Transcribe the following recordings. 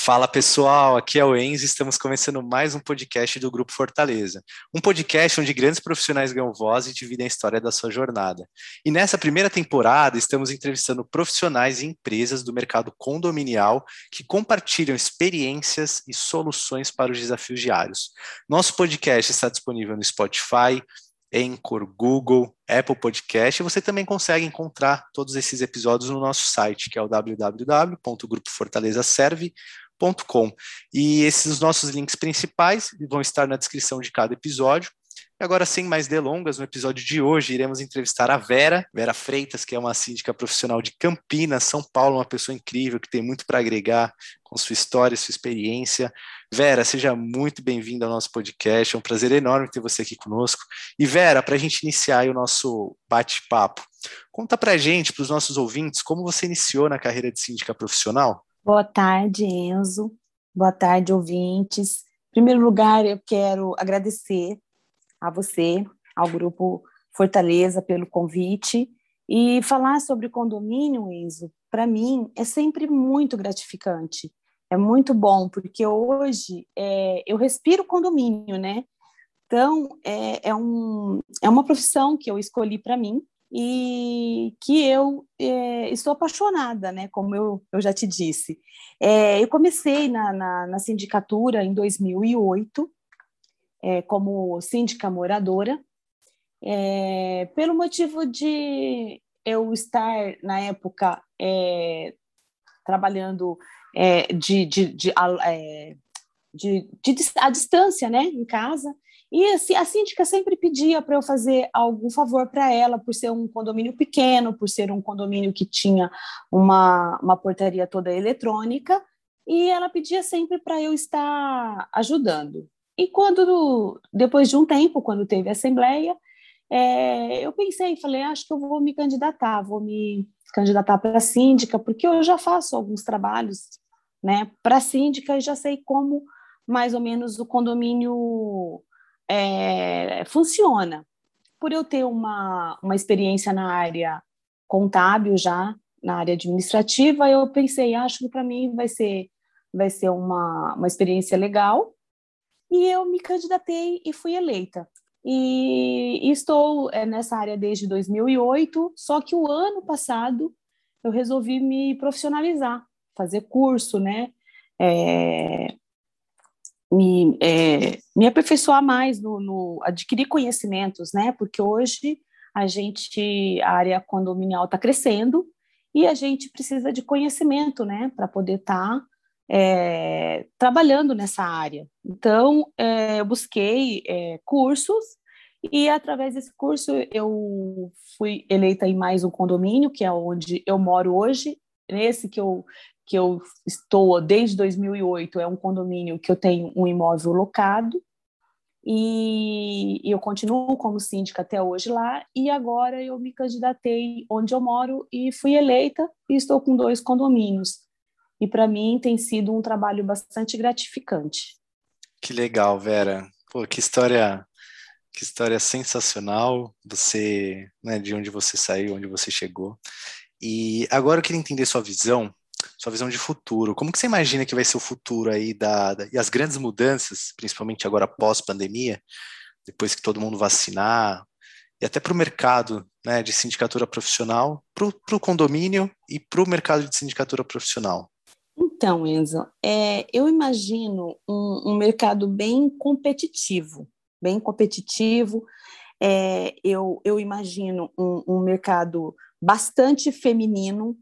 Fala pessoal, aqui é o Enzo e estamos começando mais um podcast do Grupo Fortaleza. Um podcast onde grandes profissionais ganham voz e dividem a história da sua jornada. E nessa primeira temporada estamos entrevistando profissionais e empresas do mercado condominial que compartilham experiências e soluções para os desafios diários. Nosso podcast está disponível no Spotify, Anchor, Google, Apple Podcast, e você também consegue encontrar todos esses episódios no nosso site, que é o www.grupofortalezaserve.com. E esses nossos links principais vão estar na descrição de cada episódio. E agora, sem mais delongas, no episódio de hoje, iremos entrevistar a Vera Freitas, que é uma síndica profissional de Campinas, São Paulo, uma pessoa incrível que tem muito para agregar com sua história, sua experiência. Vera, seja muito bem-vinda ao nosso podcast, é um prazer enorme ter você aqui conosco. E Vera, para a gente iniciar aí o nosso bate-papo, conta para a gente, para os nossos ouvintes, como você iniciou na carreira de síndica profissional? Boa tarde, Enzo. Boa tarde, ouvintes. Em primeiro lugar, eu quero agradecer a você, ao Grupo Fortaleza, pelo convite. E falar sobre condomínio, Enzo, para mim, é sempre muito gratificante. É muito bom, porque hoje eu respiro condomínio, né? Então, é uma profissão que eu escolhi para mim e que eu estou apaixonada, né? Como eu já te disse. Eu comecei na sindicatura em 2008, como síndica moradora, pelo motivo de eu estar, na época, trabalhando à distância, né, em casa. E assim, a síndica sempre pedia para eu fazer algum favor para ela, por ser um condomínio pequeno, por ser um condomínio que tinha uma portaria toda eletrônica, e ela pedia sempre para eu estar ajudando. E depois de um tempo, quando teve a assembleia, eu pensei, falei, acho que eu vou me candidatar para síndica, porque eu já faço alguns trabalhos, né, para síndica e já sei como mais ou menos o condomínio funciona. Por eu ter uma experiência na área contábil já, na área administrativa, eu pensei, acho que para mim vai ser uma experiência legal, e eu me candidatei e fui eleita. E estou nessa área desde 2008, só que o ano passado eu resolvi me profissionalizar, fazer curso, né? Me aperfeiçoar mais no adquirir conhecimentos, né? Porque hoje a área condominial está crescendo e a gente precisa de conhecimento, né? Para poder estar trabalhando nessa área. Então, eu busquei cursos e, através desse curso, eu fui eleita em mais um condomínio, que é onde eu moro hoje, nesse que eu estou desde 2008, é um condomínio que eu tenho um imóvel locado, e eu continuo como síndica até hoje lá, e agora eu me candidatei onde eu moro e fui eleita, e estou com 2 condomínios. E para mim tem sido um trabalho bastante gratificante. Que legal, Vera. Pô, que história sensacional. Você, né, de onde você saiu, onde você chegou. E agora eu queria entender sua visão de futuro. Como que você imagina que vai ser o futuro aí e as grandes mudanças, principalmente agora pós-pandemia, depois que todo mundo vacinar, e até para o mercado, né, de sindicatura profissional, para o condomínio e para o mercado de sindicatura profissional? Então, Enzo, eu imagino um mercado bem competitivo, bem competitivo. Eu imagino um mercado bastante feminino,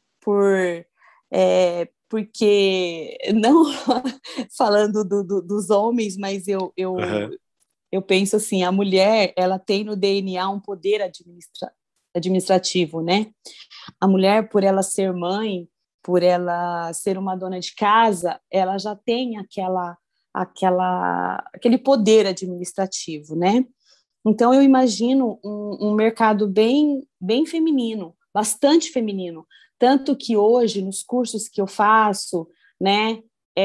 porque, não falando dos homens, mas Uhum. eu penso assim, a mulher, ela tem no DNA um poder administrativo, né? A mulher, por ela ser mãe, por ela ser uma dona de casa, ela já tem aquele poder administrativo, né? Então, eu imagino um mercado bem feminino, bastante feminino. Tanto que hoje, nos cursos que eu faço, né,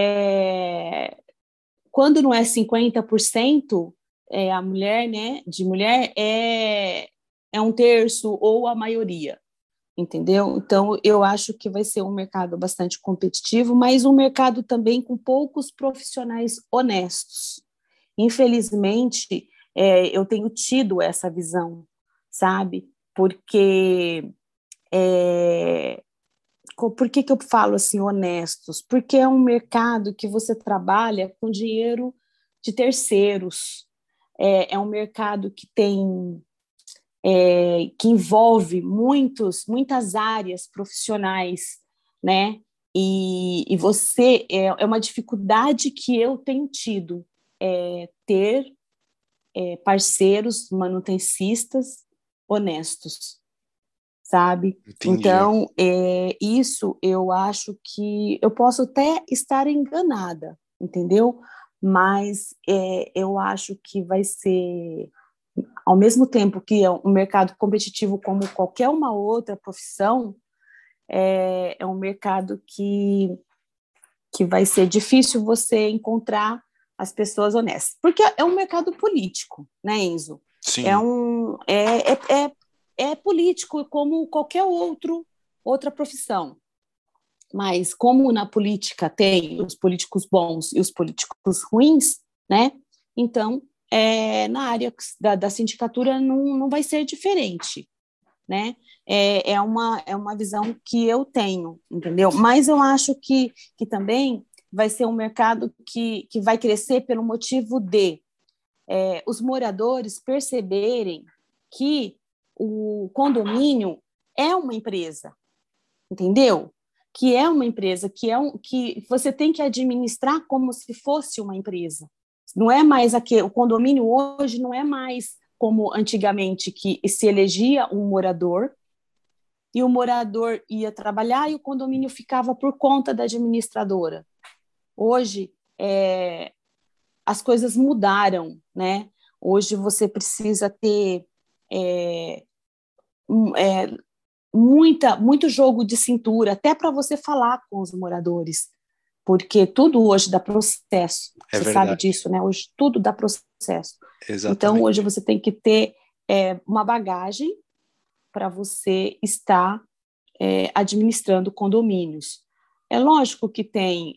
quando não é 50% a mulher, né, de mulher, é um terço ou a maioria. entendeu? Então, eu acho que vai ser um mercado bastante competitivo, mas um mercado também com poucos profissionais honestos. Infelizmente, eu tenho tido essa visão, sabe? Porque por que eu falo assim honestos? Porque é um mercado que você trabalha com dinheiro de terceiros. É um mercado que tem que envolve muitas áreas profissionais, né? E você é uma dificuldade que eu tenho tido ter parceiros manutencistas honestos, sabe? Entendi. Então, isso eu acho que eu posso até estar enganada, entendeu? Mas eu acho que vai ser, ao mesmo tempo que é um mercado competitivo como qualquer uma outra profissão, é um mercado que vai ser difícil você encontrar as pessoas honestas. Porque é um mercado político, né, Enzo? Sim. É político como qualquer outra profissão. Mas como na política tem os políticos bons e os políticos ruins, né? Então, na área da sindicatura não vai ser diferente, né? É uma visão que eu tenho, entendeu? Mas eu acho que também vai ser um mercado que vai crescer pelo motivo de os moradores perceberem que o condomínio é uma empresa, entendeu? Que é uma empresa, que você tem que administrar como se fosse uma empresa. Não é mais o condomínio hoje não é mais como antigamente, que se elegia um morador e o morador ia trabalhar e o condomínio ficava por conta da administradora. Hoje, as coisas mudaram, né? Hoje você precisa ter é, muito jogo de cintura, até para você falar com os moradores, porque tudo hoje dá processo, É você sabe verdade. disso, né? Hoje tudo dá processo. Então, hoje Exatamente. você tem que ter uma bagagem para você estar administrando condomínios. É lógico que tem,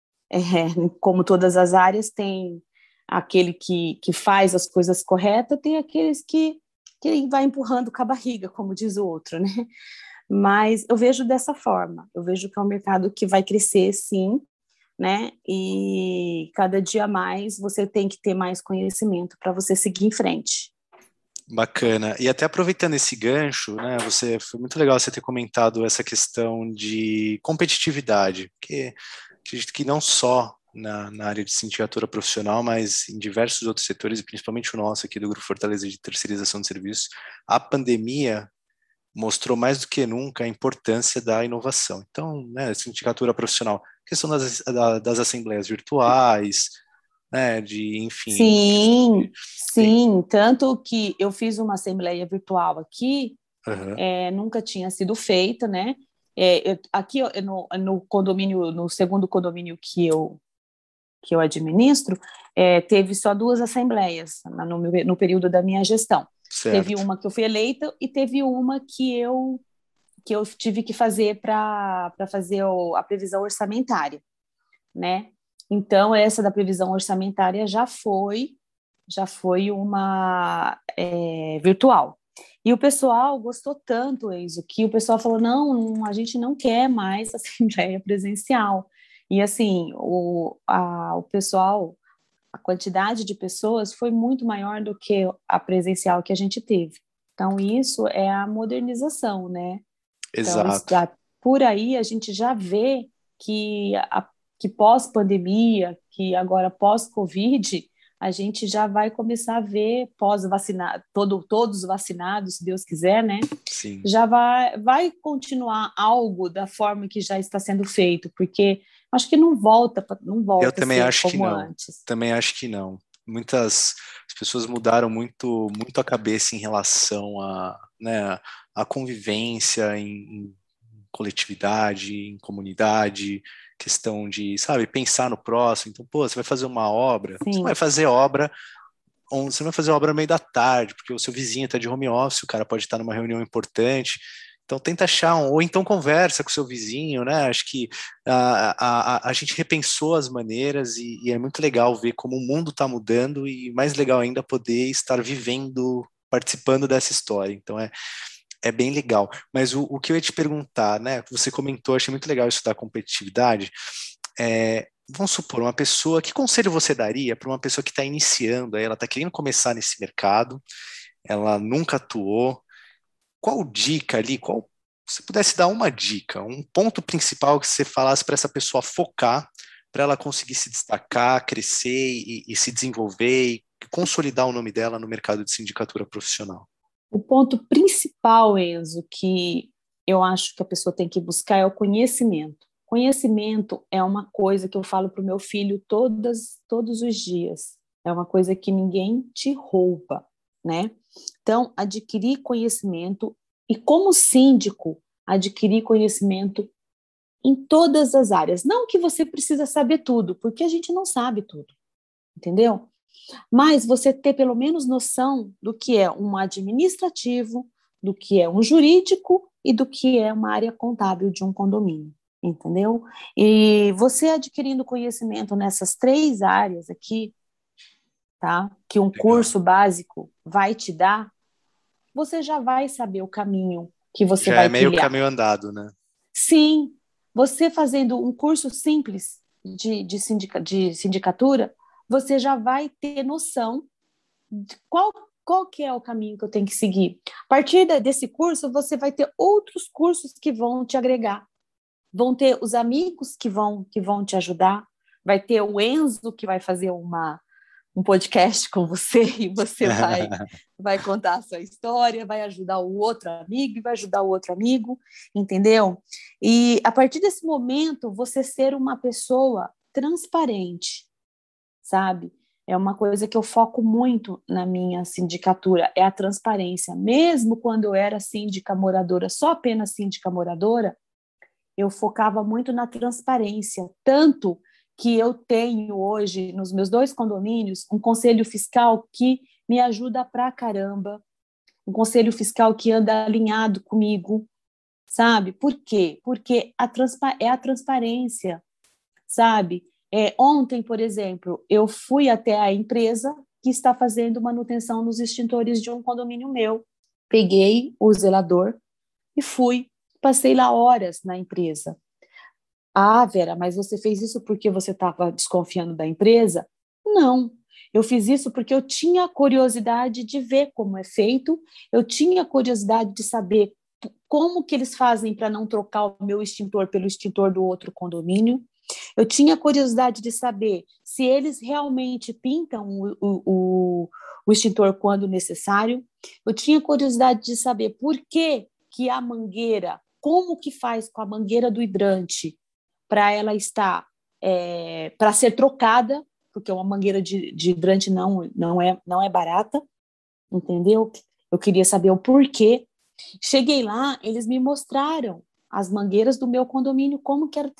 como todas as áreas, tem aquele que faz as coisas corretas, tem aqueles que vai empurrando com a barriga, como diz o outro, né? Mas eu vejo dessa forma, eu vejo que é um mercado que vai crescer, sim, né? E cada dia mais você tem que ter mais conhecimento para você seguir em frente. Bacana. E até aproveitando esse gancho, né, foi muito legal você ter comentado essa questão de competitividade, porque acredito que não só na área de sindicatura profissional, mas em diversos outros setores, e principalmente o nosso aqui do Grupo Fortaleza de Terceirização de Serviços, a pandemia mostrou mais do que nunca a importância da inovação. Então, né, sindicatura profissional, questão das assembleias virtuais, né, enfim, Sim, tem, sim, tanto que eu fiz uma assembleia virtual aqui, uhum, nunca tinha sido feita, né? Aqui no condomínio, no segundo condomínio que eu administro, teve só 2 assembleias no período da minha gestão. Teve certo. uma que eu fui eleita e teve uma que eu tive que fazer para fazer a previsão orçamentária, né? Então, essa da previsão orçamentária já foi uma virtual. E o pessoal gostou tanto, Enzo, que o pessoal falou: não, a gente não quer mais assembleia presencial. E assim, o pessoal, a quantidade de pessoas foi muito maior do que a presencial que a gente teve. Então, isso é a modernização, né? Então, Exato. por aí a gente já vê que pós-pandemia, que agora pós-Covid, a gente já vai começar a ver pós-vacinado, todos vacinados, se Deus quiser, né? Sim. Já vai continuar algo da forma que já está sendo feito, porque acho que não Eu volta a também ser acho que como não. antes. Também acho que não. Muitas as pessoas mudaram muito, muito a cabeça em relação né, a convivência em coletividade, em comunidade, questão de, sabe, pensar no próximo. Então, pô, você vai fazer uma obra, você vai Sim, fazer obra você vai fazer obra no meio da tarde, porque o seu vizinho está de home office, o cara pode estar numa reunião importante. Então tenta achar ou então conversa com o seu vizinho, né? Acho que a gente repensou as maneiras e é muito legal ver como o mundo está mudando e mais legal ainda poder estar vivendo, participando dessa história. Então é bem legal. Mas o que eu ia te perguntar, né? Você comentou, achei muito legal isso da competitividade. Vamos supor, uma pessoa, que conselho você daria para uma pessoa que está iniciando, aí ela está querendo começar nesse mercado, ela nunca atuou, qual dica ali, se pudesse dar uma dica, um ponto principal que você falasse para essa pessoa focar, para ela conseguir se destacar, crescer e se desenvolver e consolidar o nome dela no mercado de sindicatura profissional? O ponto principal, Enzo, que eu acho que a pessoa tem que buscar é o conhecimento. Conhecimento é uma coisa que eu falo para o meu filho todos os dias. É uma coisa que ninguém te rouba, né? Então, adquirir conhecimento e, como síndico, adquirir conhecimento em todas as áreas. Não que você precisa saber tudo, porque a gente não sabe tudo, entendeu? Mas você ter pelo menos noção do que é um administrativo, do que é um jurídico e do que é uma área contábil de um condomínio, entendeu? E você adquirindo conhecimento nessas 3 áreas aqui, tá? Que um Legal. curso básico vai te dar, você já vai saber o caminho que você Já é vai meio trilhar. caminho andado, né? Sim, você fazendo um curso simples de sindicatura, você já vai ter noção de qual que é o caminho que eu tenho que seguir. A partir desse curso, você vai ter outros cursos que vão te agregar. Vão ter os amigos que vão te ajudar. Vai ter o Enzo que vai fazer um podcast com você e você vai contar a sua história, vai ajudar o outro amigo e vai ajudar o outro amigo, entendeu? E a partir desse momento, você ser uma pessoa transparente, sabe? É uma coisa que eu foco muito na minha sindicatura, é a transparência. Mesmo quando eu era síndica moradora, só apenas síndica moradora, eu focava muito na transparência, tanto que eu tenho hoje, nos meus 2 condomínios, um conselho fiscal que me ajuda pra caramba, um conselho fiscal que anda alinhado comigo, sabe? Por quê? Porque é a transparência, sabe? Ontem, por exemplo, eu fui até a empresa que está fazendo manutenção nos extintores de um condomínio meu. Peguei o zelador e fui. Passei lá horas na empresa. Ah, Vera, mas você fez isso porque você estava desconfiando da empresa? Não. Eu fiz isso porque eu tinha curiosidade de ver como é feito, eu tinha curiosidade de saber como que eles fazem para não trocar o meu extintor pelo extintor do outro condomínio. Eu tinha curiosidade de saber se eles realmente pintam o extintor quando necessário. Eu tinha curiosidade de saber por que a mangueira, como que faz com a mangueira do hidrante para ela estar, para ser trocada, porque uma mangueira de hidrante não é barata, entendeu? Eu queria saber o porquê. Cheguei lá, eles me mostraram as mangueiras do meu condomínio, como que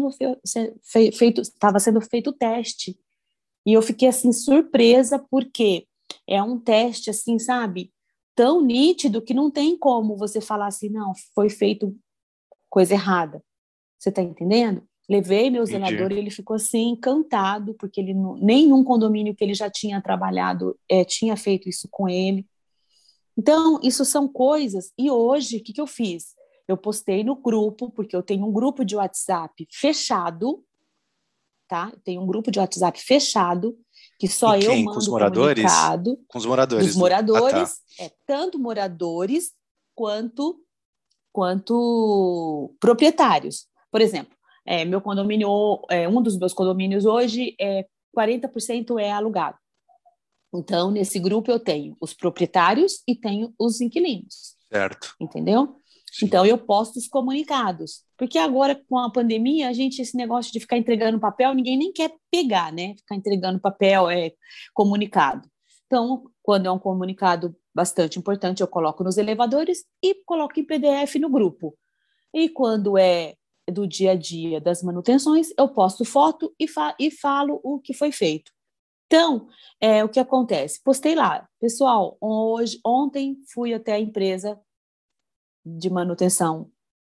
estava sendo feito o teste. E eu fiquei assim surpresa porque é um teste assim, sabe, tão nítido que não tem como você falar assim, não, foi feito coisa errada. Você está entendendo? Levei meu Entendi. zelador e ele ficou assim encantado, porque ele nenhum condomínio que ele já tinha trabalhado tinha feito isso com ele. Então, isso são coisas. E hoje, o que eu fiz? Eu postei no grupo, porque eu tenho um grupo de WhatsApp fechado, tá? Eu tenho um grupo de WhatsApp fechado, que Com só eu quem? Com os mando moradores? comunicado Com os dos moradores do. Ah, tá. moradores, tanto moradores quanto, quanto proprietários. Por exemplo, meu condomínio, um dos meus condomínios hoje, 40% é alugado. Então, nesse grupo eu tenho os proprietários e tenho os inquilinos, Certo. entendeu? Sim. Então, eu posto os comunicados. Porque agora, com a pandemia, esse negócio de ficar entregando papel, ninguém nem quer pegar, né? Ficar entregando papel, comunicado. Então, quando é um comunicado bastante importante, eu coloco nos elevadores e coloco em PDF no grupo. E quando é do dia a dia das manutenções, eu posto foto e falo o que foi feito. Então, o que acontece? Postei lá, pessoal, ontem fui até a empresa de manutenção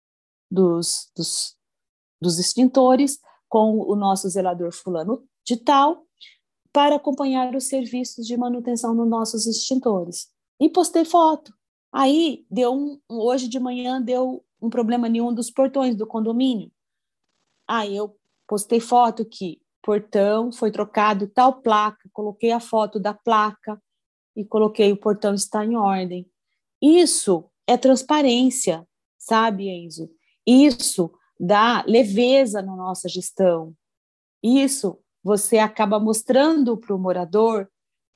dos extintores com o nosso zelador fulano de tal para acompanhar os serviços de manutenção nos nossos extintores. E postei foto. Aí, hoje de manhã, deu um problema em um dos portões do condomínio. Aí eu postei foto que portão foi trocado tal placa, coloquei a foto da placa e coloquei o portão está em ordem. Isso é transparência, sabe, Enzo? Isso dá leveza na nossa gestão. Isso você acaba mostrando para o morador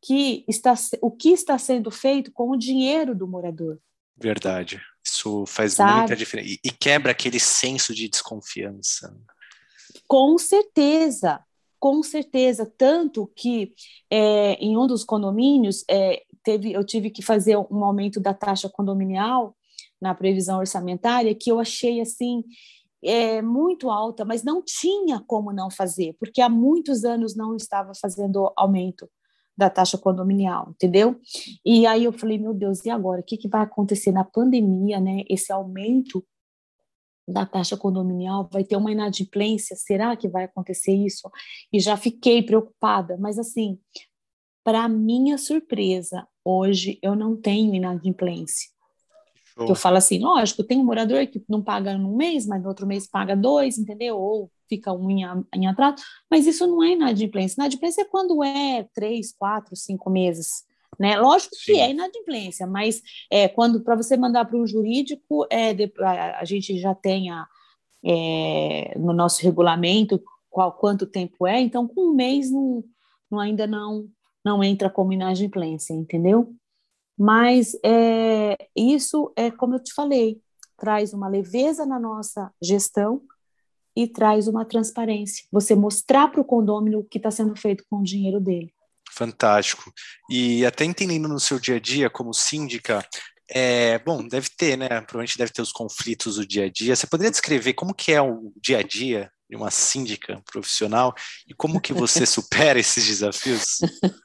o que está sendo feito com o dinheiro do morador. Verdade. Isso faz muita sabe? diferença. E quebra aquele senso de desconfiança. Com certeza. Tanto que em um dos condomínios eu tive que fazer um aumento da taxa condominial na previsão orçamentária que eu achei assim muito alta, mas não tinha como não fazer, porque há muitos anos não estava fazendo aumento da taxa condominial, entendeu? E aí eu falei, meu Deus, e agora? O que vai acontecer na pandemia, né? Esse aumento da taxa condominial vai ter uma inadimplência? Será que vai acontecer isso? E já fiquei preocupada, mas assim, para minha surpresa, hoje eu não tenho inadimplência. Que eu falo assim, lógico, tem um morador que não paga num mês, mas no outro mês paga 2, entendeu? Ou fica em atraso, mas isso não é inadimplência. Inadimplência é quando é 3, 4, 5 meses, né? Lógico que é inadimplência, mas quando para você mandar para um jurídico, a gente já tem no nosso regulamento quanto tempo é, então com um mês ainda não entra como inadimplência, entendeu? Mas isso como eu te falei, traz uma leveza na nossa gestão e traz uma transparência. Você mostrar para o condômino o que está sendo feito com o dinheiro dele. Fantástico. E até entendendo no seu dia a dia como síndica, bom, deve ter, né? Provavelmente deve ter os conflitos do dia a dia. Você poderia descrever como que é o dia a dia de uma síndica profissional e como que você supera esses desafios?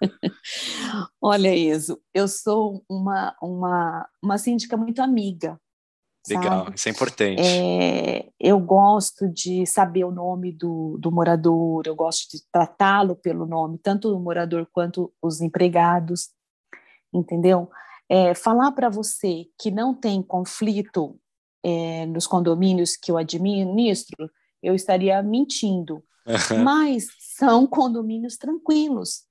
Olha, Enzo, eu sou uma síndica muito amiga, Legal, sabe? isso é importante. Eu gosto de saber o nome do morador, eu gosto de tratá-lo pelo nome, tanto o morador quanto os empregados, entendeu? Falar para você que não tem conflito nos condomínios que eu administro, eu estaria mentindo. Mas são condomínios tranquilos,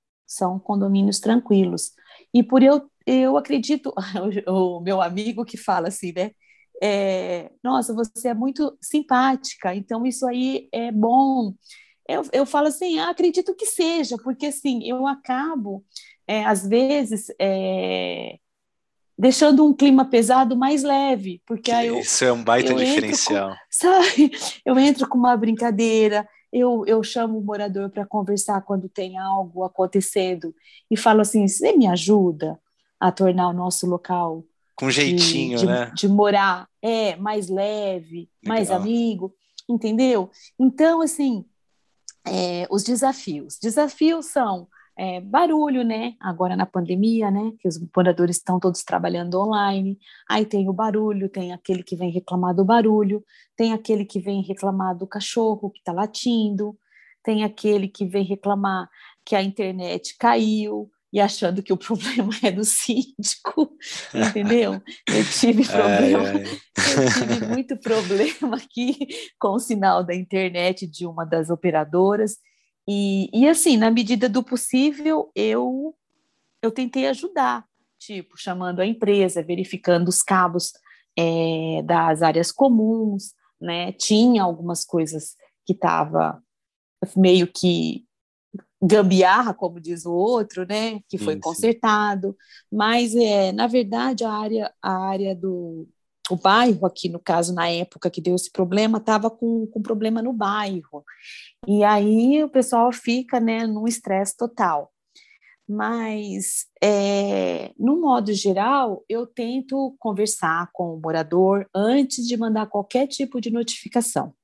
E por eu acredito, o meu amigo que fala assim, né? Nossa, você é muito simpática, então isso aí é bom. Eu falo assim, acredito que seja, porque assim, eu acabo, às vezes, deixando um clima pesado mais leve, porque aí Isso é um baita eu entro diferencial. sabe, eu entro com uma brincadeira, eu chamo o morador para conversar quando tem algo acontecendo e falo assim, você me ajuda a tornar o nosso local Com de, jeitinho, de, né? de morar mais leve, mais Legal. amigo, entendeu? Então, assim, os desafios são barulho, né? Agora na pandemia, né? Que os moradores estão todos trabalhando online. Aí tem o barulho, tem aquele que vem reclamar do barulho, tem aquele que vem reclamar do cachorro que está latindo, tem aquele que vem reclamar que a internet caiu e achando que o problema é do síndico, entendeu? Eu tive Ai, problema, ai. eu tive muito problema aqui com o sinal da internet de uma das operadoras. E assim, na medida do possível, eu tentei ajudar, tipo, chamando a empresa, verificando os cabos das áreas comuns, né? Tinha algumas coisas que estava meio que gambiarra, como diz o outro, né? Que foi Sim, sim. consertado, mas na verdade a área do o bairro aqui, no caso, na época que deu esse problema, estava com problema no bairro. E aí o pessoal fica, né, num estresse total. Mas, no modo geral, eu tento conversar com o morador antes de mandar qualquer tipo de notificação.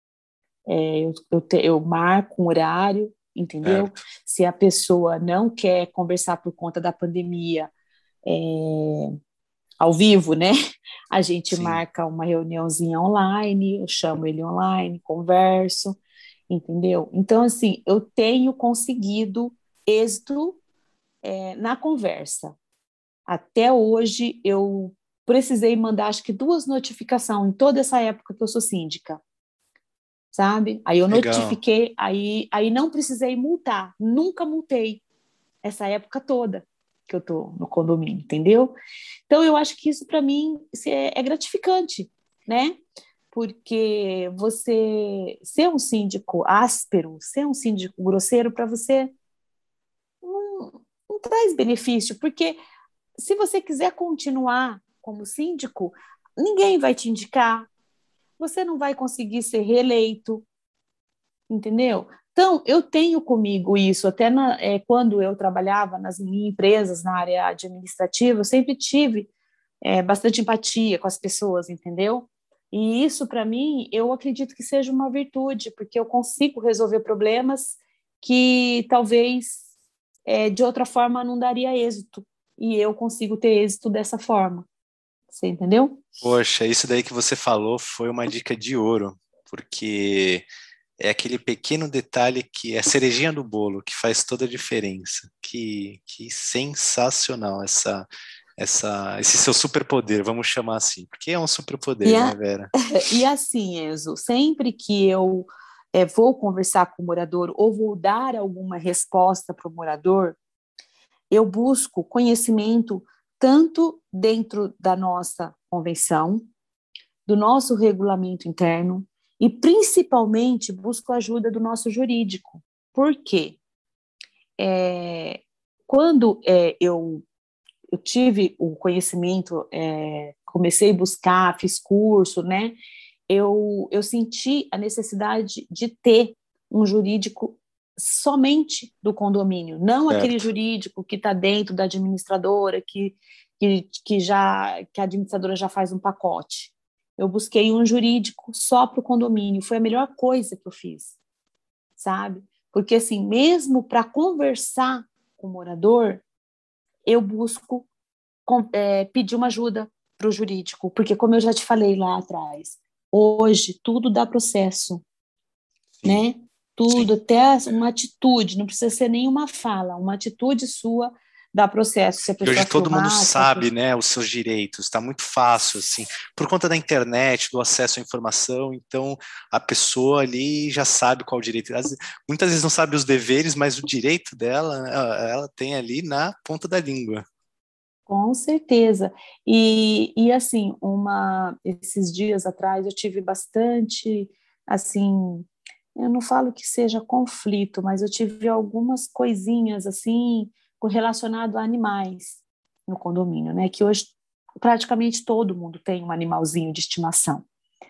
Eu marco um horário, entendeu? Certo. Se a pessoa não quer conversar por conta da pandemia, ao vivo, né? A gente Sim. marca uma reuniãozinha online, eu chamo ele online, converso, entendeu? Então, assim, eu tenho conseguido êxito na conversa. Até hoje, eu precisei mandar, acho que 2 notificações em toda essa época que eu sou síndica, sabe? Aí eu Legal. notifiquei, aí não precisei multar, nunca multei essa época toda que eu tô no condomínio, entendeu? Então eu acho que isso para mim é gratificante, né? Porque você ser um síndico áspero, ser um síndico grosseiro para você não traz benefício, porque se você quiser continuar como síndico, ninguém vai te indicar, você não vai conseguir ser reeleito, entendeu? Então, eu tenho comigo isso, até quando eu trabalhava nas minhas empresas na área administrativa, eu sempre tive bastante empatia com as pessoas, entendeu? E isso, para mim, eu acredito que seja uma virtude, porque eu consigo resolver problemas que talvez de outra forma não daria êxito, e eu consigo ter êxito dessa forma, você entendeu? Poxa, isso daí que você falou foi uma dica de ouro, porque é aquele pequeno detalhe que é a cerejinha do bolo, que faz toda a diferença. Que sensacional esse seu superpoder, vamos chamar assim, porque é um E, superpoder, né, a, Vera? e assim, Enzo, sempre que eu vou conversar com o morador ou vou dar alguma resposta para o morador, eu busco conhecimento tanto dentro da nossa convenção, do nosso regulamento interno e principalmente busco a ajuda do nosso jurídico. Por quê? Quando eu tive o conhecimento, comecei a buscar, fiz curso, né? Eu senti a necessidade de ter um jurídico somente do condomínio, não aquele Certo. jurídico que está dentro da administradora, que a administradora já faz um pacote. Eu busquei um jurídico só para o condomínio, foi a melhor coisa que eu fiz, sabe? Porque assim, mesmo para conversar com o morador, eu busco pedir uma ajuda para o jurídico, porque como eu já te falei lá atrás, hoje tudo dá processo, Sim, né? sim. Tudo, até uma atitude, não precisa ser nenhuma fala, uma atitude sua dá processo. Se a E hoje pessoa todo mundo filmar, se a sabe, pessoa... né, os seus direitos, está muito fácil, assim, por conta da internet, do acesso à informação, então a pessoa ali já sabe qual o direito. Muitas vezes não sabe os deveres, mas o direito dela, ela tem ali na ponta da língua. Com certeza. E assim, esses dias atrás eu tive bastante, assim, eu não falo que seja conflito, mas eu tive algumas coisinhas assim relacionado a animais no condomínio, né? Que hoje praticamente todo mundo tem um animalzinho de estimação,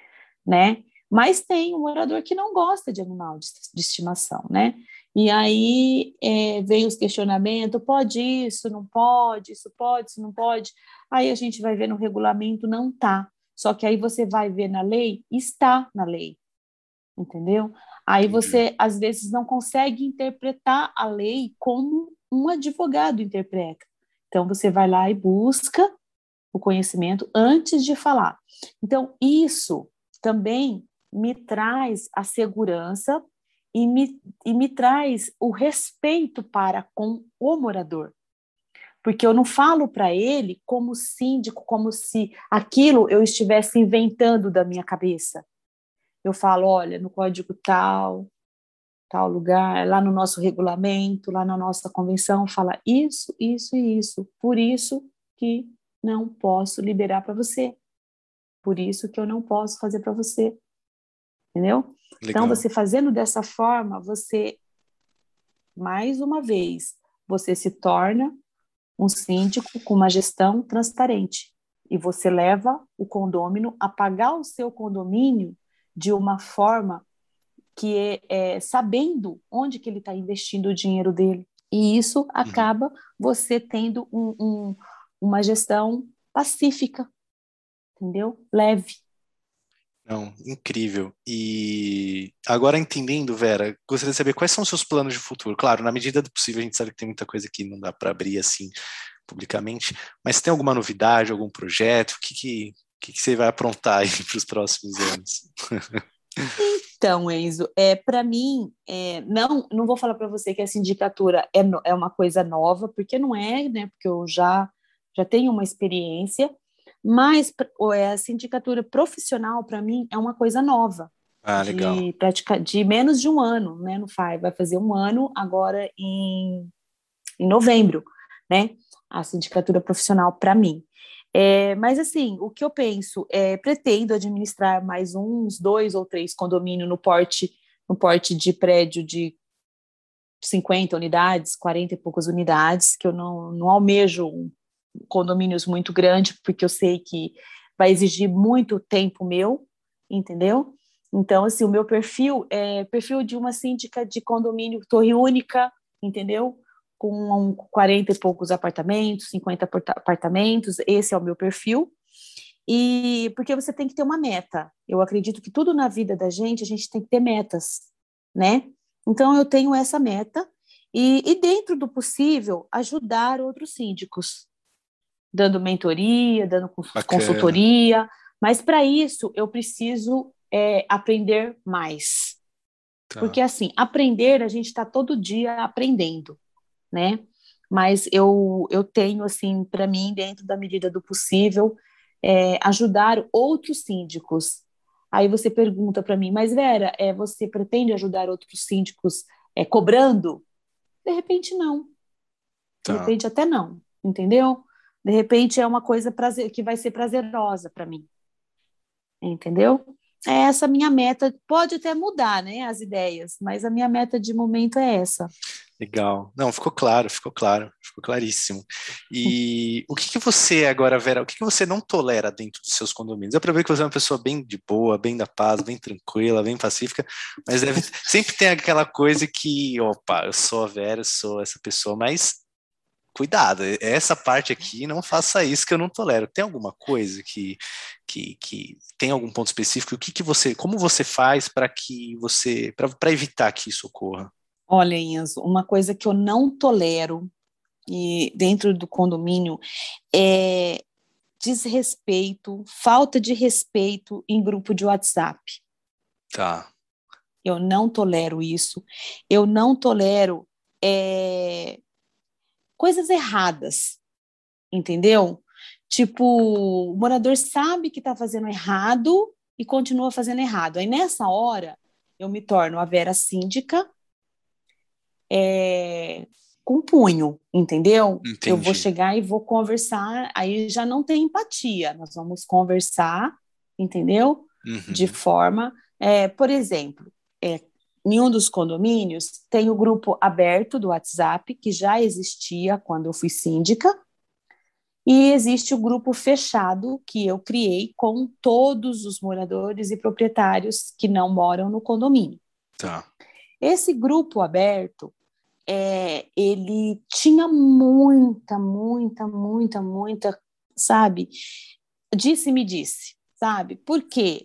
né? Mas tem um morador que não gosta de animal de estimação, né? E aí vem os questionamentos, pode isso, não pode, isso pode, isso não pode. Aí a gente vai ver no regulamento, não tá. Só que aí você vai ver na lei, está na lei, entendeu? Aí Entendi. você, às vezes, não consegue interpretar a lei como um advogado interpreta. Então, você vai lá e busca o conhecimento antes de falar. Então, isso também me traz a segurança e me traz o respeito para com o morador. Porque eu não falo para ele como síndico, como se aquilo eu estivesse inventando da minha cabeça. Eu falo, olha, no código tal, tal lugar, lá no nosso regulamento, lá na nossa convenção, fala isso, isso e isso. Por isso que não posso liberar para você. Por isso que eu não posso fazer para você. Entendeu? Então, Legal. você fazendo dessa forma, você, mais uma vez, você se torna um síndico com uma gestão transparente. E você leva o condômino a pagar o seu condomínio de uma forma que sabendo onde que ele está investindo o dinheiro dele. E isso Uhum. acaba você tendo uma gestão pacífica, entendeu? Leve. Não, incrível. E agora entendendo, Vera, gostaria de saber quais são os seus planos de futuro. Claro, na medida do possível, a gente sabe que tem muita coisa que não dá para abrir assim publicamente, mas tem alguma novidade, algum projeto? O que você vai aprontar aí para os próximos anos? Então, Enzo, para mim, não vou falar para você que a sindicatura é uma coisa nova, porque não é, né? Porque eu já tenho uma experiência, mas a sindicatura profissional, para mim, é uma coisa nova, Ah, legal. de menos de um ano, né? Não faz, vai fazer um ano agora em novembro, né? A sindicatura profissional para mim. Mas, assim, o que eu penso pretendo administrar mais uns 2 ou 3 condomínios no porte de prédio de 50 unidades, 40 e poucas unidades, que eu não almejo condomínios muito grandes, porque eu sei que vai exigir muito tempo meu, entendeu? Então, assim, o meu perfil é perfil de uma síndica de condomínio torre única, entendeu? Com 40 e poucos apartamentos, 50 apartamentos, esse é o meu perfil. E porque você tem que ter uma meta. Eu acredito que tudo na vida da gente, a gente tem que ter metas, né? Então, eu tenho essa meta e dentro do possível, ajudar outros síndicos, dando mentoria, dando Bacana. consultoria, mas para isso eu preciso aprender mais. Porque, Tá. assim, aprender, a gente está todo dia aprendendo, né? Mas eu tenho, assim, para mim, dentro da medida do possível, ajudar outros síndicos. Aí você pergunta para mim, mas Vera, você pretende ajudar outros síndicos cobrando? De repente, não. De Tá. repente, até não, entendeu? De repente, é uma coisa que vai ser prazerosa para mim, entendeu? É essa minha meta. Pode até mudar, né, as ideias, mas a minha meta de momento é essa. Legal. Não, ficou claro, ficou claríssimo. E o que que você agora, Vera, o que que você não tolera dentro dos seus condomínios? Eu percebi que você é uma pessoa bem de boa, bem da paz, bem tranquila, bem pacífica, mas sempre tem aquela coisa que, opa, eu sou a Vera, eu sou essa pessoa, mas cuidado, essa parte aqui, não faça isso que eu não tolero. Tem alguma coisa que tem algum ponto específico? O que que você, como você faz para evitar que isso ocorra? Olha, Enzo, uma coisa que eu não tolero e dentro do condomínio é desrespeito, falta de respeito em grupo de WhatsApp. Tá. Eu não tolero isso. Eu não tolero é, coisas erradas, entendeu? Tipo, o morador sabe que está fazendo errado e continua fazendo errado. Aí nessa hora eu me torno a Vera síndica com punho, entendeu? Eu vou Entendi. chegar e vou conversar, aí já não tem empatia, nós vamos conversar, entendeu? De Uhum. forma, por exemplo, em um dos condomínios tem o grupo aberto do WhatsApp, que já existia quando eu fui síndica, e existe o grupo fechado que eu criei com todos os moradores e proprietários que não moram no condomínio. Tá. Esse grupo aberto, ele tinha muita, muita, muita, muita, sabe? Disse-me disse, sabe? Por quê?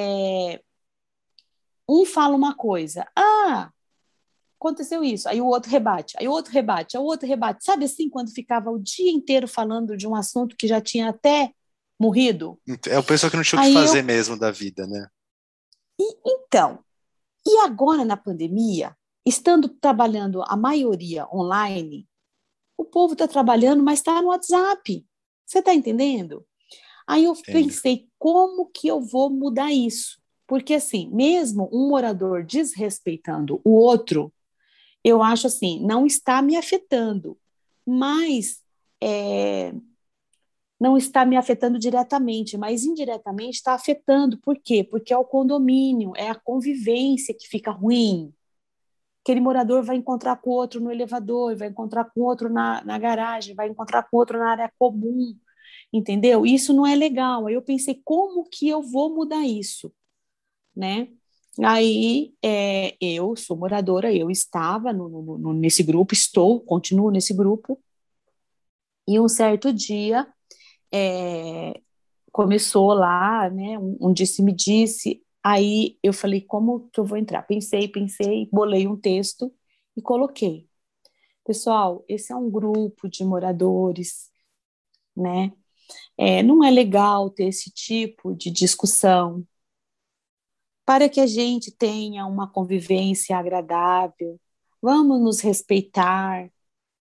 Um fala uma coisa, aconteceu isso, aí o outro rebate, aí o outro rebate, aí o outro rebate. Sabe assim, quando ficava o dia inteiro falando de um assunto que já tinha até morrido? É o pessoal que não tinha o que Aí fazer eu, mesmo da vida, né? então, e agora na pandemia, estando trabalhando a maioria online, o povo está trabalhando, mas está no WhatsApp. Você está entendendo? Aí eu Entendo. pensei, como que eu vou mudar isso? Porque, assim, mesmo um morador desrespeitando o outro, eu acho assim, não está me afetando, mas não está me afetando diretamente, mas indiretamente está afetando. Por quê? Porque é o condomínio, é a convivência que fica ruim. Aquele morador vai encontrar com outro no elevador, vai encontrar com outro na garagem, vai encontrar com outro na área comum, entendeu? Isso não é legal. Aí eu pensei, como que eu vou mudar isso, né? Aí eu sou moradora, eu estava nesse grupo, continuo nesse grupo, e um certo dia é, começou lá, né? Um disse-me-disse. Aí eu falei, como que eu vou entrar? Pensei, bolei um texto e coloquei. Pessoal, esse é um grupo de moradores, né? Não é legal ter esse tipo de discussão. Para que a gente tenha uma convivência agradável, vamos nos respeitar.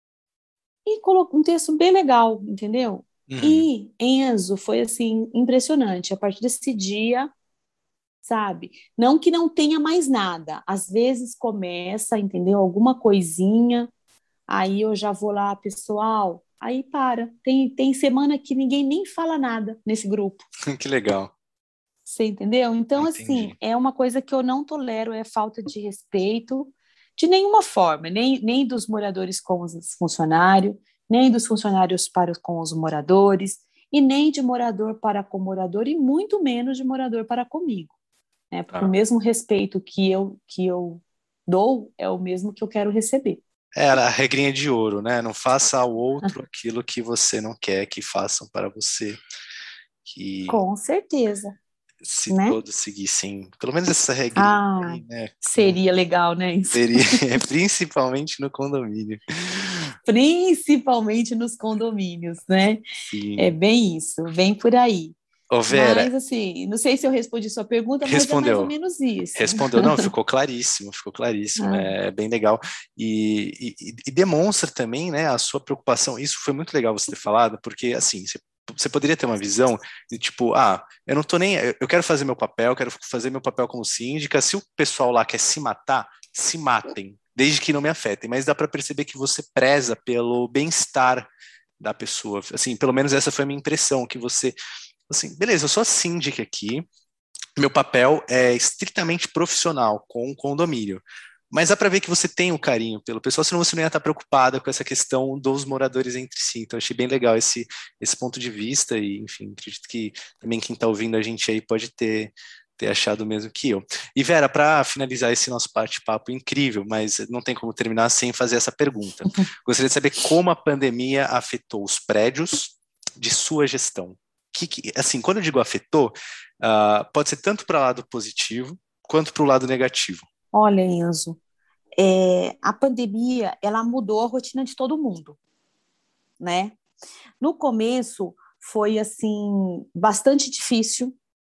E colocou um texto bem legal, entendeu? Uhum. E Enzo foi assim impressionante. A partir desse dia, sabe? Não que não tenha mais nada. Às vezes começa, entendeu? Alguma coisinha, aí eu já vou lá, pessoal. Aí para. Tem semana que ninguém nem fala nada nesse grupo. Que legal. Você entendeu? Então, assim, Entendi. é uma coisa que eu não tolero, é falta de respeito de nenhuma forma, nem dos moradores com os funcionários, nem dos funcionários para com os moradores, e nem de morador para com morador, e muito menos de morador para comigo, né? Porque o Tá. mesmo respeito que eu dou é o mesmo que eu quero receber. Era a regrinha de ouro, né? Não faça ao outro aquilo que você não quer que façam para você. Que Com certeza, se né? todos seguissem, pelo menos essa regrinha Ah, aí, né? seria legal, né? Isso? Seria, principalmente no condomínio. Principalmente nos condomínios, né? É Sim. bem isso, vem por aí. Ô, Vera, Mas, assim, não sei se eu respondi sua pergunta, mas é mais ou respondeu. menos isso. Respondeu, não, ficou claríssimo, ficou claríssimo, Ah, é bem legal. E demonstra também, né, a sua preocupação. Isso foi muito legal você ter falado, porque, assim, você poderia ter uma visão de tipo, eu não tô nem, eu quero fazer meu papel, quero fazer meu papel como síndica. Se o pessoal lá quer se matar, se matem, desde que não me afetem. Mas dá para perceber que você preza pelo bem-estar da pessoa. Assim, pelo menos essa foi a minha impressão, que você, assim, beleza, eu sou a síndica aqui, meu papel é estritamente profissional com o condomínio. Mas dá para ver que você tem um carinho pelo pessoal, senão você não ia estar preocupada com essa questão dos moradores entre si. Então, achei bem legal esse ponto de vista e, enfim, acredito que também quem está ouvindo a gente aí pode ter achado o mesmo que eu. E Vera, para finalizar esse nosso bate-papo incrível, mas não tem como terminar sem fazer essa pergunta. Gostaria de saber como a pandemia afetou os prédios de sua gestão. Assim, quando eu digo afetou, pode ser tanto para o lado positivo quanto para o lado negativo. olha, Enzo, a pandemia, ela mudou a rotina de todo mundo, né? No começo foi, assim, bastante difícil,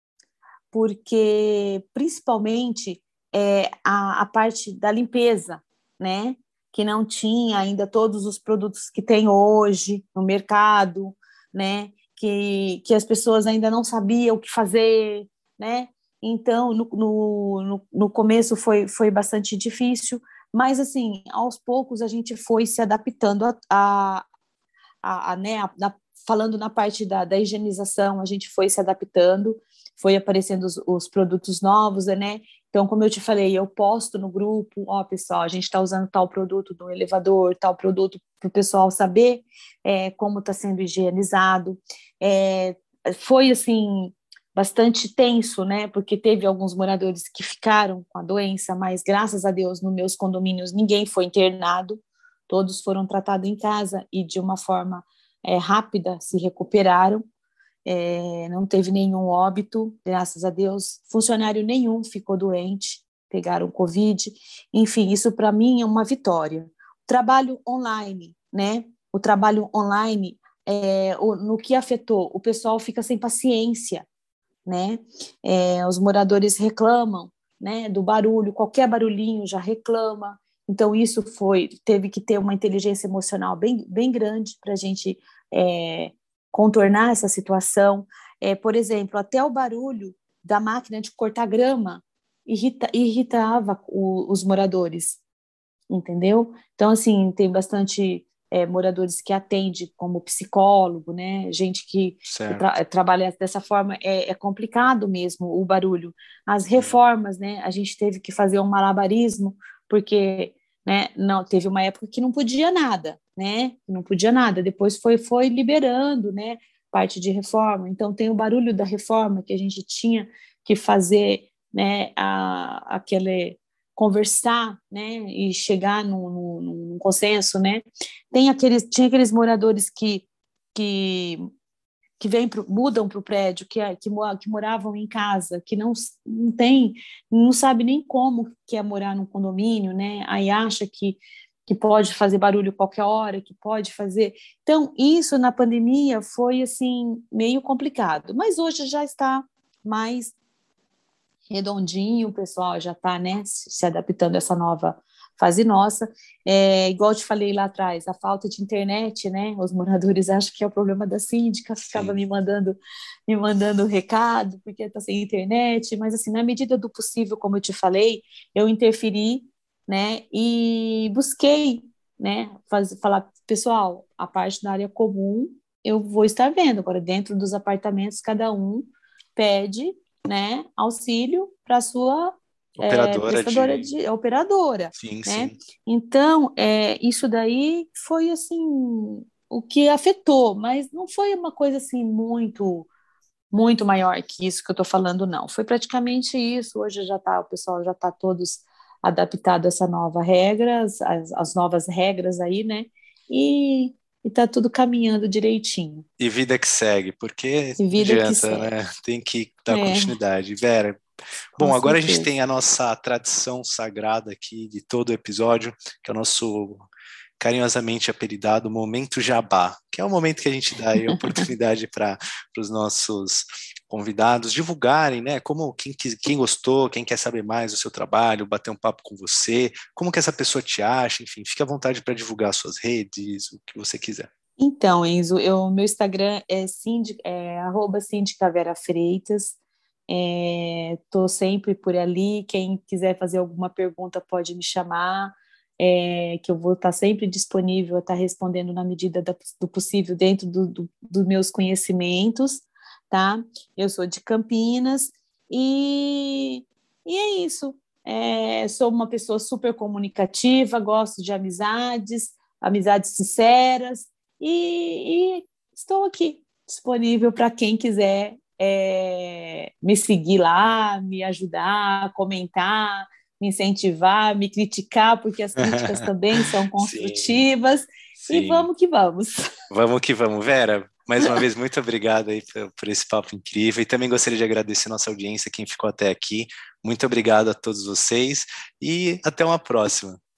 porque, principalmente, a parte da limpeza, né? Que não tinha ainda todos os produtos que tem hoje no mercado, né? Que as pessoas ainda não sabiam o que fazer, né? Então, no começo foi bastante difícil, mas, assim, aos poucos a gente foi se adaptando né, falando na parte da higienização, a gente foi se adaptando, foi aparecendo os produtos novos, né? Então, como eu te falei, eu posto no grupo, ó, pessoal, a gente está usando tal produto no elevador, tal produto, para o pessoal saber como está sendo higienizado. Foi, assim, bastante tenso, né? Porque teve alguns moradores que ficaram com a doença, mas graças a Deus, nos meus condomínios, ninguém foi internado, todos foram tratados em casa e de uma forma rápida se recuperaram. Não teve nenhum óbito, graças a Deus. Funcionário nenhum ficou doente, pegaram Covid. Enfim, isso para mim é uma vitória. O trabalho online, né? O trabalho online, no que afetou, o pessoal fica sem paciência, né? Os moradores reclamam, né? Do barulho, qualquer barulhinho já reclama. Então isso teve que ter uma inteligência emocional bem, bem grande para a gente contornar essa situação. Por exemplo, até o barulho da máquina de cortar grama irritava os moradores, entendeu? Então, assim, tem bastante moradores que atende como psicólogo, né? Gente que Certo. trabalha dessa forma, é complicado mesmo o barulho. As Sim. reformas, né? A gente teve que fazer um malabarismo, porque né, não, teve uma época que não podia nada, né? Não podia nada. Depois foi liberando, né? Parte de reforma. Então, tem o barulho da reforma que a gente tinha que fazer, né? Aquele conversar, né, e chegar num consenso, né? Tinha aqueles moradores que, que mudam para o prédio, que moravam em casa, que não sabe nem como que é morar num condomínio, né? Aí acha que pode fazer barulho qualquer hora, que pode fazer... Então, isso na pandemia foi, assim, meio complicado, mas hoje já está mais redondinho, o pessoal já está, né, se adaptando a essa nova fase nossa. Igual eu te falei lá atrás, a falta de internet, né? Os moradores acham que é o problema da síndica, ficava me mandando recado porque está sem internet, mas assim, na medida do possível, como eu te falei, eu interferi, né? E busquei, né? Falar, pessoal, a parte da área comum eu vou estar vendo. Agora, dentro dos apartamentos, cada um pede, né, auxílio para a sua Operadora prestadora de... de operadora, Sim, né? sim. Então, isso daí foi assim o que afetou, mas não foi uma coisa assim muito maior que isso que eu estou falando, não. Foi praticamente isso. Hoje já tá, o pessoal já está todos adaptado a essa nova regra, as novas regras aí, né? E está tudo caminhando direitinho. E vida que segue, porque E não vida que adianta, né? segue. Tem que dar É, continuidade. Vera, com bom, agora a gente tem certeza. a nossa tradição sagrada aqui de todo o episódio, que é o nosso carinhosamente apelidado Momento Jabá, que é o momento que a gente dá aí a oportunidade para os nossos convidados divulgarem, né? Como quem gostou, quem quer saber mais do seu trabalho, bater um papo com você, como que essa pessoa te acha, enfim, fique à vontade para divulgar suas redes, o que você quiser. Então, Enzo, meu Instagram é @síndica_Vera Freitas. Estou sempre por ali. Quem quiser fazer alguma pergunta pode me chamar, que eu vou estar sempre disponível a estar respondendo na medida do possível dentro dos meus conhecimentos, tá? Eu sou de Campinas e é isso. Sou uma pessoa super comunicativa, gosto de amizades sinceras e estou aqui disponível para quem quiser me seguir lá, me ajudar, comentar, me incentivar, me criticar, porque as críticas também são Sim, construtivas. E sim. vamos que vamos. Vamos que vamos. Vera, mais uma vez, muito obrigado aí por esse papo incrível. E também gostaria de agradecer nossa audiência, quem ficou até aqui. Muito obrigado a todos vocês e até uma próxima.